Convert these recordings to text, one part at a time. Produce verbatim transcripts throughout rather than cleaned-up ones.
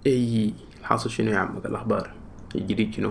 اي الحاصل شنو يا عمك؟ الاخبار الجديد شنو؟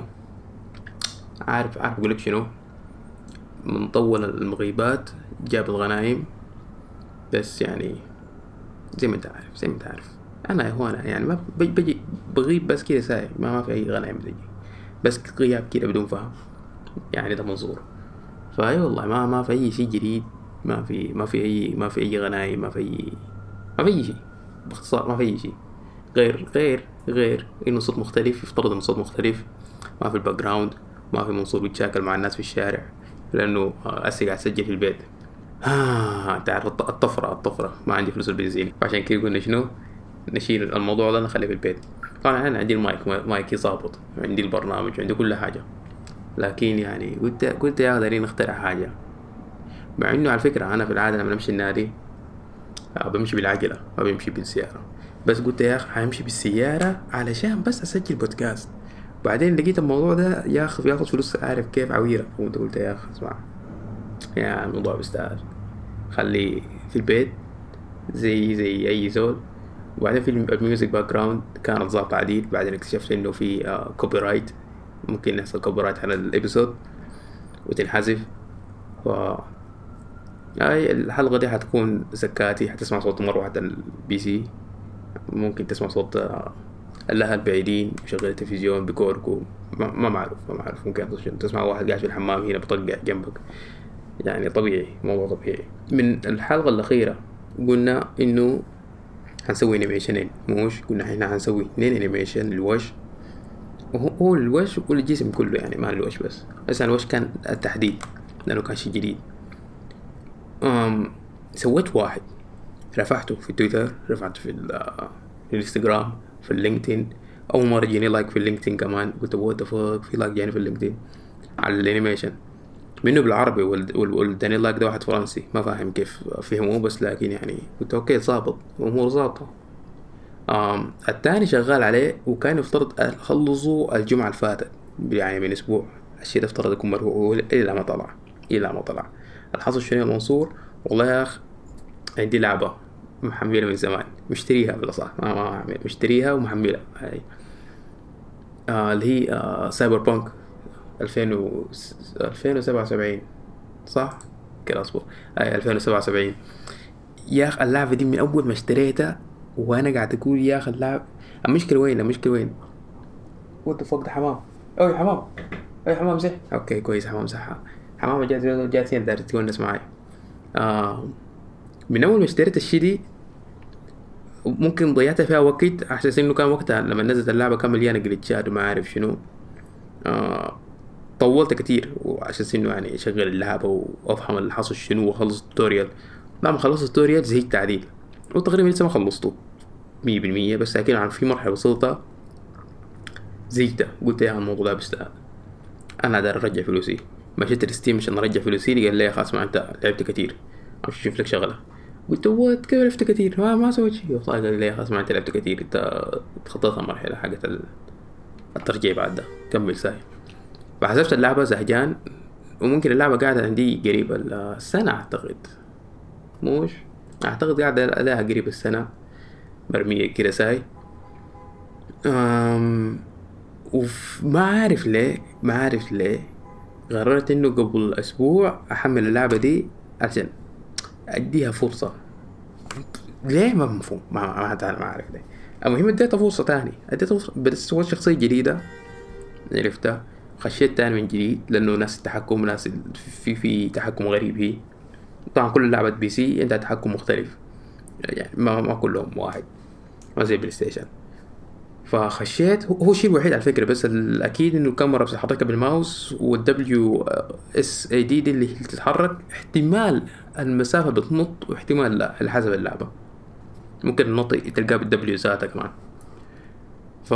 عارف عارف اقولك شنو؟ من طول المغيبات جاب الغنايم. بس يعني زي ما انت عارف زي ما انت عارف انا يا هو انا يعني ما بجي, بجي بغيب بس كده ساي ما, ما في اي غنايم بتجي. بس غياب كده بدون فهم. يعني ده منظور. فاي والله ما ما في اي شيء جديد. ما في ما في اي ما في اي غنايم ما في اي ما في اي شيء. باختصار ما في اي شيء. غير غير غير انه صوت مختلف، يفترض انه صوت مختلف. ما في الباك جراوند. ما في منصور بيتشاكل مع الناس في الشارع. لانه اسي قاعد اسجل في البيت. آه تعرف الط- الطفرة الطفرة ما عندي فلوس البنزين، فعشان كده قلنا شنو، نشيل الموضوع ده نخليه في البيت. طبعا انا عندي المايك مايكي ظابط، عندي البرنامج، عندي كل حاجة. لكن يعني قلت قلت يا دارين نخترع حاجة. مع انه على فكرة انا في العادة لما نمشي النادي آه، بمشي بالعجلة ما بمشي بالسيارة. بس قلت يا اخي همشي بالسيارة علشان بس اسجل بودكاست. بعدين لقيت الموضوع ده ياخذ ياخذ فلوس عارف كيف عويرة، وانت قلت يا اخي اسمع، يا الموضوع بيستاهل، خليه في البيت زي زي اي زول. وبعدين في الميوزك باك جراوند كانت ظابطة عديل، بعدين اكتشفت انه في آه كوبي رايت، ممكن يحصل كوبي رايت على الابيسود وتنحذف. ف هاي الحلقة دي حتكون زكاتي، حتسمع صوت مروحة البي سي، ممكن تسمع صوت آه، الأهل بعيدين شغل التلفزيون بكوركو. ما, ما معروف ما معروف ممكن تسمع واحد قاعد في الحمام هنا بطقع جنبك. يعني طبيعي، موضوع طبيعي. من الحلقة الأخيرة قلنا إنه هنسوي انيميشنين، موش قلنا احنا هنسوي اثنين انيميشن للوش. وهو هو الوش والجسم كله يعني ما الوش بس. بس الوش كان التحديد لأنه كان شي جديد. أم سويت واحد رفعته في تويتر، رفعته في, في الانستغرام، في اللينكدين. اول مره جيني لايك في اللينكدين كمان، قلت وات ذا فاك في لايك جاني في اللينكدين على الانيميشن منه بالعربي. والداني لايك ده واحد فرنسي ما فاهم كيف فهموه، بس لكن يعني قلت اوكي ظابط امور ظابطه. آم التاني شغال عليه وكان يفترض اخلصه الجمعه اللي فاتت يعني من اسبوع. الشيء ده افترض يكون مرهو الا ما طلع الا ما طلع. الحصل شنو يا منصور؟ والله يا اخ عندي لعبة محملة من زمان، مشتريها بالأصح ما ما أعمل مشتريها ومحملها هاي. آه اللي هي آه سايبر بانك ألفين و ألفين وسبعة وسبعين صح كده أصبر. هاي ألفين وسبعة وسبعين. يا أخ اللعبة دي من أول ما اشتريتها وأنا قاعد أقول يا أخ اللعبة، المشكلة وين المشكلة وين؟ وات فوق ده حمام. أوي حمام. أي حمام زح. أوكي كويس حمام صح. حمام جات جات هنا دارت تونس معاي. آه من أول ما اشتريت الشي دي ممكن ضيعت فيها وقت عشان انه كان وقتها لما نزلت اللعبة كان مليانة جلitchات وما عارف شنو. آه طولت كتير وعشان انه يعني اشغل اللعبة وافهم اللي حصل شنو واخلص التوتوريال. بعد ما خلصت التوتوريال زهقت تعديل، وتقريبا لسه ما خلصته مية بالمية، بس لكن عن في مرحلة وصلتها زهقت، قلت يا الموضوع ده بيستاهل، انا داير ارجع فلوسي. مشيت الستيم عشان ارجع فلوسي، قال لي خلاص ما انت لعبت كتير امشي شوف لك شغله. قلت وات كيف لعبت كتير؟ ما ما سويت شيء. والله قال لي خلاص ما انت لعبت كتير، انت تخطيت المرحله حقت ال- الترجيع بعد ده، كمل ساي. فحسبت اللعبه زهجان، وممكن اللعبه قاعده عندي قريب السنه اعتقد، موش اعتقد قاعده لها قريب السنه مرميه كده ساي. أم وما عارف ليه ما عارف ليه قررت انه قبل اسبوع احمل اللعبة دي عشان اديها فرصة. ليه ما مفهوم ما ما ما عارف ليه. المهم اديتها فرصة تاني، اديتها فرصة بس هو شخصية جديدة عرفتها. خشيت تاني من جديد لانه ناس التحكم ناس في في تحكم غريب. هي طبعا كل لعبة بي سي عندها تحكم مختلف يعني ما ما كلهم واحد، ما زي بلاي ستيشن. فخشيت، هو هو الشيء الوحيد على فكرة بس الأكيد إنه الكاميرا بس حركها بالماوس، والدبليو اس اي دي دي اللي تتحرك احتمال المسافة بتنط واحتمال لا على حسب اللعبة، ممكن النط تلقاه بالدبليو ذاتها كمان. ف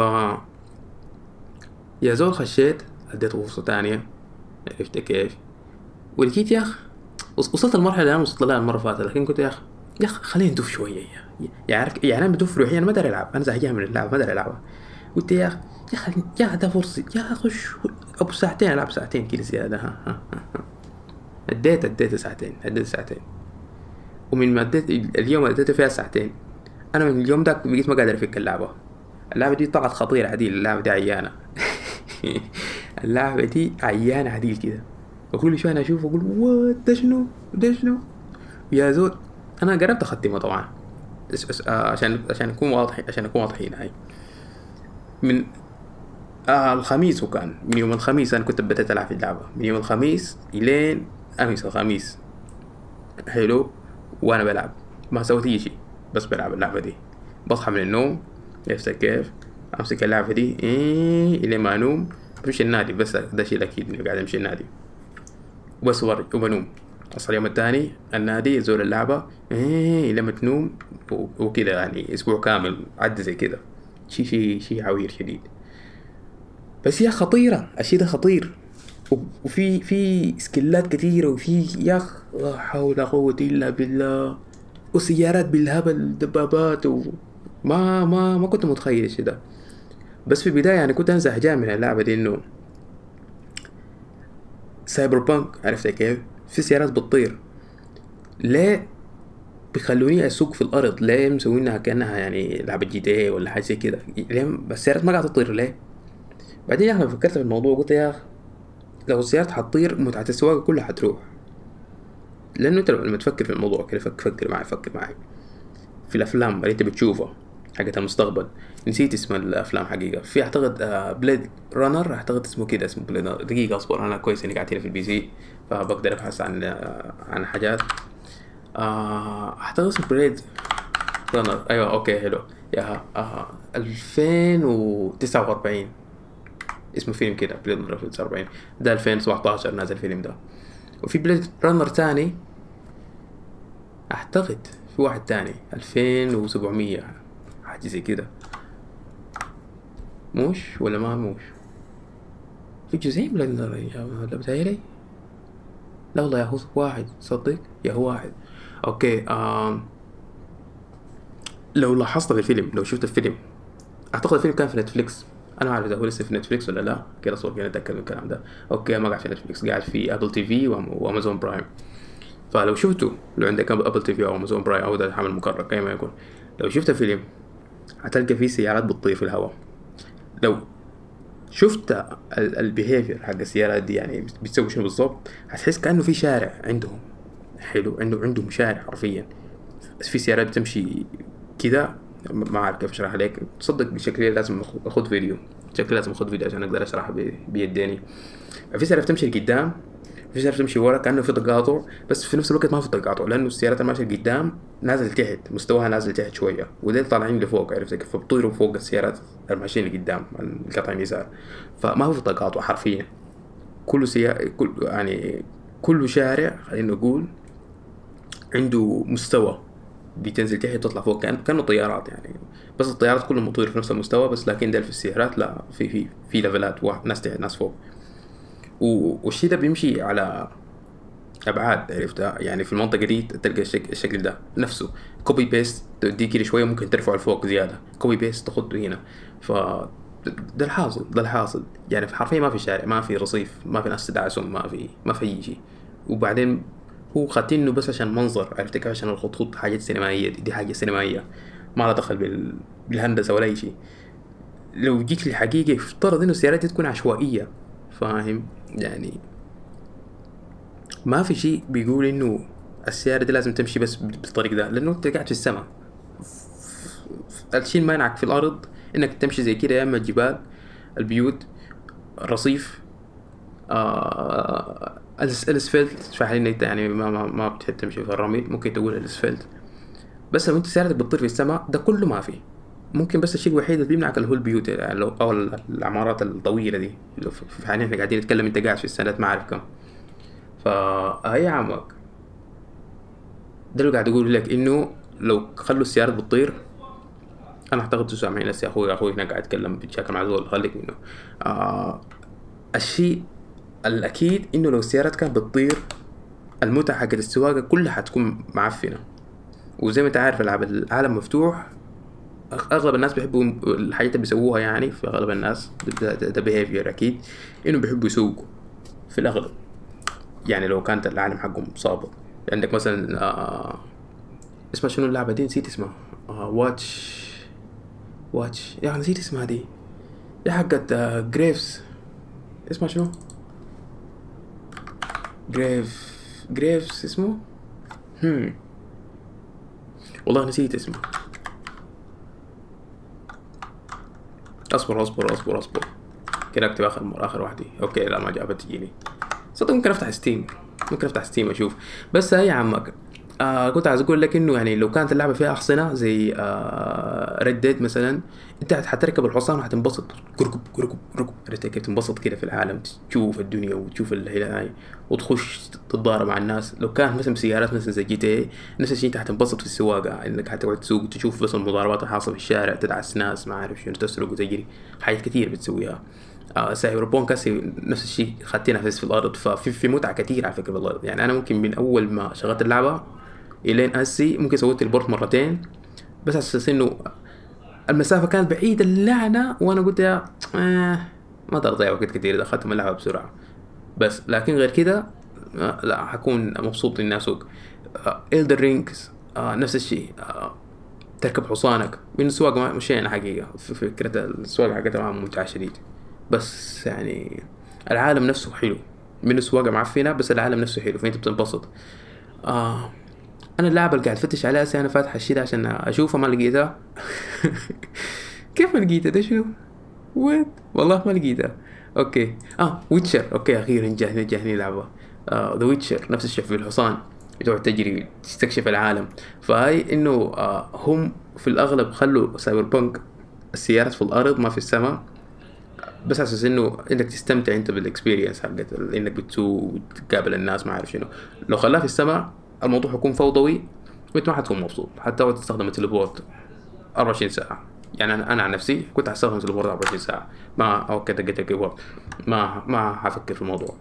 يا زول خشيت اديت فرصة تانية عرفت كيف. ولقيت يا أخ وصلت المرحلة اللي أنا وصلت لها المرة فاتت، لكن كنت يا أخ يا أخ خلينا ندوف شوية يا يعني يعني أنا بدوف روحيا، أنا ما داري ألعب، أنا زهقان من اللعبة ما داري ألعبها. قلت يا أخ يا أخي يا أخي ده فرصة يا أخي خش أبو ساعتين ألعب ساعتين كده زيادة. ها ها ها اديت اديت ساعتين اديت ساعتين. ومن ما اديت اليوم اديت فيها ساعتين، أنا من اليوم ده بقيت ما قادر أفك اللعبة. اللعبة دي طلعت خطيرة عديل، اللعبة دي عيانة. اللعبة دي عيانة عديل كده، وكل شوية أنا أشوف أقول وات ده شنو ده شنو يا زول. أنا قربت أختمها طبعا، بس بس آه عشان عشان نكون واضح عشان نكون واضحين. هاي من آه الخميس، وكان من يوم الخميس أنا كنت بدأت ألعب في اللعبة، من يوم الخميس إلين أمس الخميس. حلو. وأنا بلعب ما سويت أي شيء، بس بلعب اللعبة دي. بصحى من النوم نفسك كيف أمسك اللعبة دي إيه إلى ما أنوم. بمشي النادي، بس ده شيء أكيد إني قاعد أمشي النادي وبس ورج وبنوم. أصل اليوم التاني النادي زول اللعبة إيه لما تنوم وكذا، يعني أسبوع كامل عدى زي كذا. شي شي شي عوير شديد، بس هي خطيرة. الشيء ده خطير، وفي في سكيلات كثيرة، وفي يا أخ لا حول ولا قوة إلا بالله، وسيارات بالهبل، دبابات، وما ما ما كنت متخيل الشيء ده. بس في البداية يعني كنت أنزح جاي من اللعبة دي إنه سايبر بانك، عرفت كيف في سيارات بتطير، ليه بيخلوني اسوق في الارض؟ ليه مسوينها كانها يعني لعبه جي تي اي ولا حاجه زي كده؟ ليه بس السيارات ما قاعده تطير ليه؟ بعدين يا اخي فكرت في الموضوع، قلت يا اخي لو السيارات حتطير متعه السواقه كلها حتروح. لانه انت لما تفكر في الموضوع كده، فكر فكر معي فكر معي في الافلام اللي انت بتشوفها حقت المستقبل. نسيت اسم الافلام حقيقه، في اعتقد بليد رانر، اعتقد اسمه كده، اسمه بليد رانر. دقيقه اصبر، انا كويس اني قاعد في البي سي فبقدر ابحث عن آه، عن حاجات. آه، اعتقد اسمه بليد رانر. ايوه اوكي حلو. يا آه ألفين وتسعة وأربعين اسمه فيلم كده، بليد رانر ألفين وتسعة وأربعين. ده ألفين وسبعتاشر نازل الفيلم ده. وفي بليد رانر تاني اعتقد في واحد تاني ألفين وسبعمية حاجة زي كده، موش ولا ما موش؟ في جزئين بليد رانر ولا بتهيألي؟ لا والله يا هو واحد، صدق يا هو واحد. اوكي. آم. لو لاحظت في الفيلم، لو شفت الفيلم، اعتقد الفيلم كان في نتفليكس. انا ما اعرف اذا هو لسه في نتفليكس ولا لا، كده صور كده اتاكد من الكلام ده. اوكي ما قاعد في نتفليكس، قاعد في ابل تي في وامازون برايم. فلو شفته، لو عندك ابل تي في او امازون برايم او ده حمل مكرر اي ما يكون، لو شفت الفيلم هتلقى فيه سيارات بتطير في الهواء. لو شفت البيهيفير حق السيارات دي يعني بتسوي شنو بالضبط، هتحس كانه في شارع عندهم. حلو. عنده عندهم شارع حرفيا، بس في سيارات بتمشي كده. ما عارف كيف اشرح عليك، تصدق بشكل لازم اخذ فيديو، شكلي لازم اخذ فيديو عشان اقدر اشرح بيديني. في سيارة بتمشي لقدام، في سيارة بتمشي ورا، كأنه في تقاطع، بس في نفس الوقت ما في تقاطع، لأنه السيارات الماشية لقدام نازل تحت، مستواها نازل تحت شوية، وديل طالعين لفوق، عرفت كيف؟ فبطيروا فوق السيارات الماشيين لقدام القطع اليسار. فما في تقاطع حرفيا. كل سيارة كل يعني كل شارع خلينا نقول عنده مستوى، بتنزل تحت وتطلع فوق، كأن كانوا طيارات يعني. بس الطيارات كلهم مطير في نفس المستوى، بس لكن ده في السيارات لا، في في في ليفلات، واحد ناس تحت ناس فوق. والشيء ده بيمشي على ابعاد، عرفتها يعني. في المنطقه دي تلقى الشكل, الشكل ده نفسه كوبي بيست، تدي كده شويه ممكن ترفعه لفوق زياده، كوبي بيست تاخده هنا. ف ده الحاصل ده الحاصل يعني. في حرفيا ما في شارع، ما في رصيف، ما في ناس تدعسهم، ما في ما في اي شيء. وبعدين هو خاتينه بس عشان منظر، عرفت كيف؟ عشان الخطوط حاجات سينمائيه، دي, دي حاجه سينمائيه ما لها دخل بال... بالهندسه ولا اي شيء. لو جيت للحقيقه افترض انه السيارات دي تكون عشوائيه، فاهم يعني؟ ما في شيء بيقول انه السيارة دي لازم تمشي بس بالطريق ده، لانه انت قاعد في السماء. الشيء ما ينعك في الارض انك تمشي زي كده، يا اما الجبال، البيوت، الرصيف، آه الاسفلت. فحاليا انت يعني ما, ما, ما بتحب تمشي في الرمل، ممكن تقول الاسفلت. بس لو انت سيارتك بتطير في السماء ده كله ما في. ممكن بس الشيء الوحيد اللي بيمنعك اللي هو البيوت يعني، او العمارات الطويلة دي. في حاليا احنا قاعدين نتكلم انت قاعد في السنوات ما اعرف كم. فهي عمك ده اللي قاعد اقول لك، انه لو خلوا السيارات بتطير، انا اعتقد تسعة معي ناس. يا اخوي يا اخوي هنا قاعد اتكلم بتشاكل مع زول، خليك منه. آه الشيء الاكيد انه لو السيارات كانت بتطير، المتعه حقت السواقه كلها حتكون معفنه. وزي ما انت عارف العاب العالم مفتوح، اغلب الناس بيحبوا الحاجات اللي بيسووها يعني. في اغلب الناس ده بيهيفير اكيد انه بيحبوا يسوقوا في الاغلب يعني. لو كانت العالم حقهم صابط، عندك مثلا آه اسمها شنو اللعبة دي؟ نسيت اسمها. آه واتش واتش يا نسيت اسمها دي يا حقت جريفز. اسمها شنو؟ جريف جريفز اسمه هم والله نسيت اسمه. اصبر اصبر اصبر اصبر كده اكتب اخر مرة اخر واحدة. اوكي لا ما جابت تجيني صدق. ممكن افتح ستيم ممكن افتح ستيم اشوف. بس هي عمك آه كنت عايز اقول لك انه يعني لو كانت اللعبه فيها احصنه زي آه ريد ديد مثلا، انت حتركب الحصان وحتنبسط ركب ركب ركب عرفت كيف تنبسط كده في العالم، تشوف الدنيا وتشوف الهاي وتخش تتضارب مع الناس. لو كانت مثلا سيارات مثلا زي جي تي اي نفس الشيء، انت حتنبسط في السواقه انك حتقعد تسوق تشوف بس المضاربات اللي حاصله في الشارع، تدعس ناس ما عارف شنو، تسرق وتجري، حاجات كتير بتسويها. آه سايبر بونك كاسي نفس الشيء، خدتي نفس في الارض. ففي في متعه كتير على فكره بالارض. يعني انا ممكن من اول ما شغلت اللعبه الين اسي ممكن سويت البورت مرتين، بس على اساس انه المسافه كانت بعيده اللعنه، وانا قلت يا آه ما اقدر اضيع وقت كتير اذا اخذت اللعبه بسرعه. بس لكن غير كده آه لا حكون مبسوط اني اسوق. إلدر رينجز آه نفس الشيء، آه تركب حصانك من السواقه ما مشينا حقيقه، فكره السواقه حقتها ممتعه شديد. بس يعني العالم نفسه حلو، من السواقه معفنه بس العالم نفسه حلو فانت بتنبسط. آه انا اللعبه اللي قاعد افتش عليها سي انا فاتح الشيء ده عشان اشوفها ما لقيتها. كيف ما لقيتها؟ ده شنو؟ وين والله ما لقيتها. اوكي اه ويتشر. اوكي اخيرا جاهني جاهني لعبه ذا uh, ويتشر نفس الشيء في الحصان تقعد تجري تستكشف العالم. فهاي انه آه هم في الاغلب خلوا سايبر بانك السيارات في الارض ما في السماء، بس اساس انه انك تستمتع انت بالاكسبيرينس حقت انك بتسوق وتقابل الناس ما عارف شنو. لو خلاها في السماء الموضوع حيكون فوضوي وانت ما حتكون مبسوط، حتى تستخدم التليبورت أربعة وعشرين ساعه. يعني انا انا عن نفسي كنت هستخدم التليبورت أربعة وعشرين ساعه ما او كده كده كيبورد ما ما حفكر في الموضوع.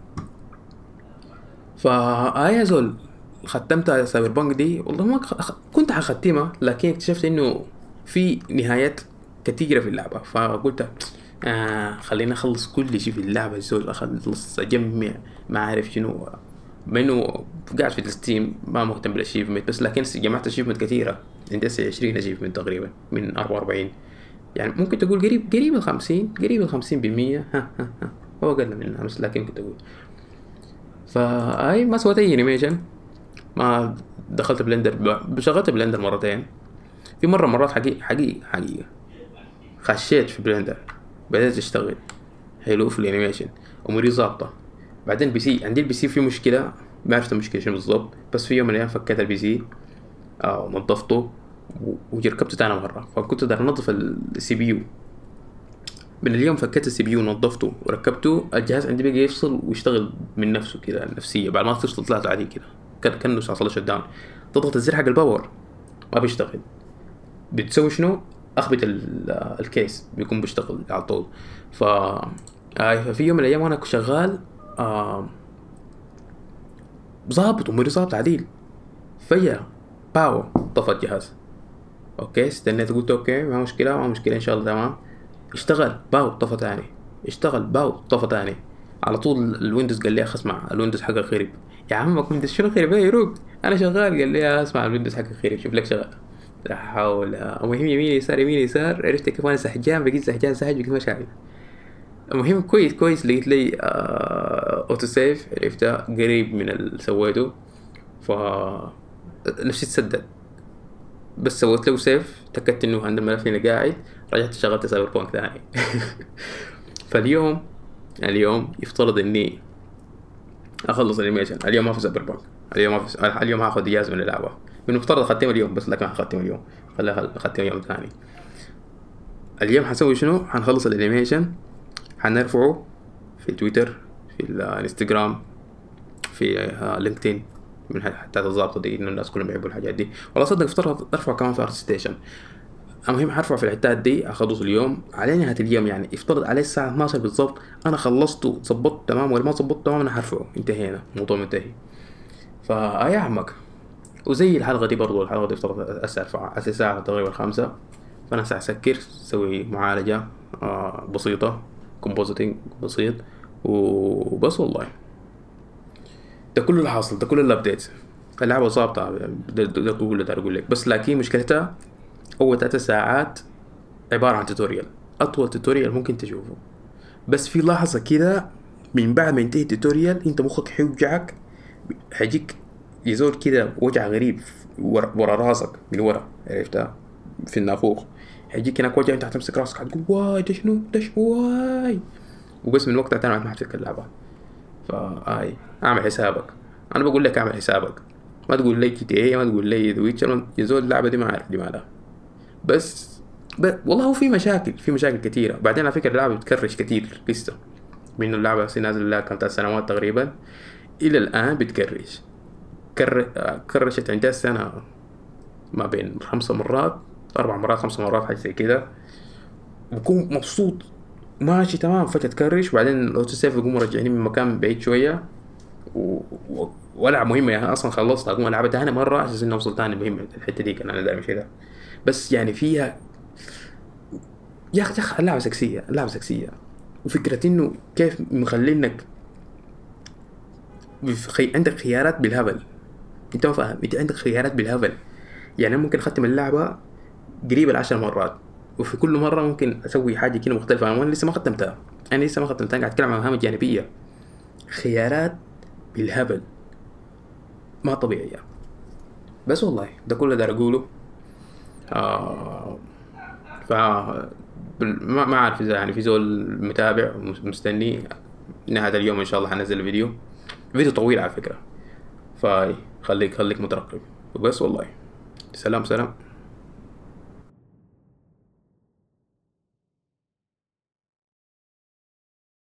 فا زول ختمت سايبر بانك دي والله ما خ... كنت حختمها، لكن اكتشفت انه في نهايات كتيرة في اللعبة، فقلت آه خلينا اخلص كل شيء في اللعبة زول، اخلص اجمع ما عارف شنو. منه قاعد في الستيم ما مهتم بالاشيفمنت بس، لكن جمعت اشيفمنت كثيرة عندي عشرين اشيفمنت تقريبا من أربعة وأربعين. يعني ممكن تقول قريب قريب الخمسين قريب الخمسين بالمية ها ها ها هو أقل منها بس لكن كنت أقول. فأي ما سويت أي انيميشن، ما دخلت بلندر، شغلت بلندر مرتين. في مرة مرات حقيقة حقيقة حقيقة خشيت في بلندر بدأت أشتغل حلو في الانيميشن أموري ظابطة. بعدين البي سي عندي البي سي فيه مشكلة ما عرفت المشكلة شنو بالضبط، بس في يوم من الأيام فكيت البي سي أو نظفته وركبته تاني مرة. فكنت دار نظف السي بي يو، من اليوم فكيت السي بي يو ونظفته وركبته الجهاز عندي بقى يفصل ويشتغل من نفسه كده النفسية بعد ما تفصل طلعت عادي كده كان كأنه حصل شت داون. تضغط الزر حق الباور ما بيشتغل، بتسوي شنو اخبط الكيس بيكون بيشتغل على طول. ف في يوم من الايام وانا شغال آه... ظابط اموري ظابط عديل فيا باو طفى الجهاز. اوكي استنيت قلت اوكي ما مشكله ما مشكله ان شاء الله تمام. اشتغل باو طفى تاني، اشتغل باو طفى تاني على طول. الويندوز قال لي اسمع الويندوز حقك خرب. يا عمك ويندوز شنو خرب؟ ايه يروق انا شغال. قال لي اسمع الويندوز حقك خرب شوف لك شغال. لا حول. المهم يمين يسار يمين يسار عرفت كيف انا سحجان بقيت سحجان سحج بقيت ما شايف. المهم كويس كويس لقيت لي آه اوتو سيف عرفتها قريب من اللي سويته، ف نفسي تسدد بس سويت له سيف تأكدت انه عند الملف هنا قاعد، رجعت شغلت سايبر بانك ثاني. فاليوم اليوم يفترض اني اخلص الانيميشن. اليوم ما في سايبر بانك، اليوم ما في اليوم هاخذ اجازه من اللعبه. من المفترض اختم اليوم بس لكن اختم اليوم خليها اختم يوم ثاني. اليوم حنسوي شنو؟ حنخلص الانيميشن حنرفعه في تويتر في الانستغرام في لينكدين من حتى الضابطه دي انه الناس كلهم بيحبوا الحاجات دي. والله صدق افترض ارفع كمان في ارت ستيشن. المهم حرفع في الحتات دي اخلص اليوم على نهايه اليوم، يعني يفترض عليه الساعه اثناشر بالضبط انا خلصته ظبطت تمام ولا ما ظبطت تمام انا حرفعه انتهينا الموضوع منتهي. فا يا عمك وزي الحلقه دي برضو الحلقه دي افترض ارفع على الساعه تقريبا خمسة، فانا سأسكر سوي معالجه آه بسيطه كومبوزيتنج بسيط وبس. والله ده كل اللي حاصل، ده كل الابديت. اللعبه ظابطه ده اقول ده اقول لك بس، لكن مشكلتها اول ثلاث ساعات عبارة عن توتوريال، أطول توتوريال ممكن تشوفه. بس في لحظة كده من بعد ما ينتهي التوتوريال انت مخك حيوجعك، حيجيك يزول كده وجع غريب ورا, ورا راسك من ورا، عرفتها؟ في النافوخ حيجيك هناك وجع، انت حتمسك راسك حتقول واي ده شنو ده شنو واي، وبس من وقتها تاني ما حتفك اللعبة. فاي اعمل حسابك، انا بقول لك اعمل حسابك، ما تقول لي جي تي اي، ما تقول لي ذا ويتشر، يزول اللعبة دي ما عارف دي مالها. بس ب... والله هو في مشاكل، في مشاكل كثيرة. بعدين على فكرة اللعبة بتكرش كثير لسه، من اللعبة نازل لها كم ثلاث سنوات تقريبا إلى الآن بتكرش. كر... كرشت عندها السنة ما بين خمسة مرات، أربع مرات، خمسة مرات، حاجة زي كده. بكون مبسوط ماشي تمام، فجأة تكرش، وبعدين لو تسيف يقوم مرجعني من مكان بعيد شوية و... و... والعب مهمة يعني أصلا خلصت، أقوم ألعبها تاني مرة على أساس إني أوصل تاني المهمة الحتة دي كان أنا دايما كده. بس يعني فيها يا أخي يا أخي اللعبة سكسية، اللعبة سكسية، وفكرة إنه كيف مخلينك خي... عندك خيارات بالهبل. انت ما فاهم، انت عندك خيارات بالهبل. يعني انا ممكن اختم اللعبه قريب العشر مرات، وفي كل مره ممكن اسوي حاجه كده مختلفه. انا لسه ما ختمتها، انا لسه ما ختمتها، قاعد اتكلم عن مهام جانبيه. خيارات بالهبل ما طبيعيه. بس والله ده كله دار اقوله. آه ف بال- ما ما عارف اذا يعني في زول متابع ومستني نهاية اليوم ان شاء الله حنزل فيديو، فيديو طويل على فكره، فخليك خليك مترقب. وبس والله، سلام سلام.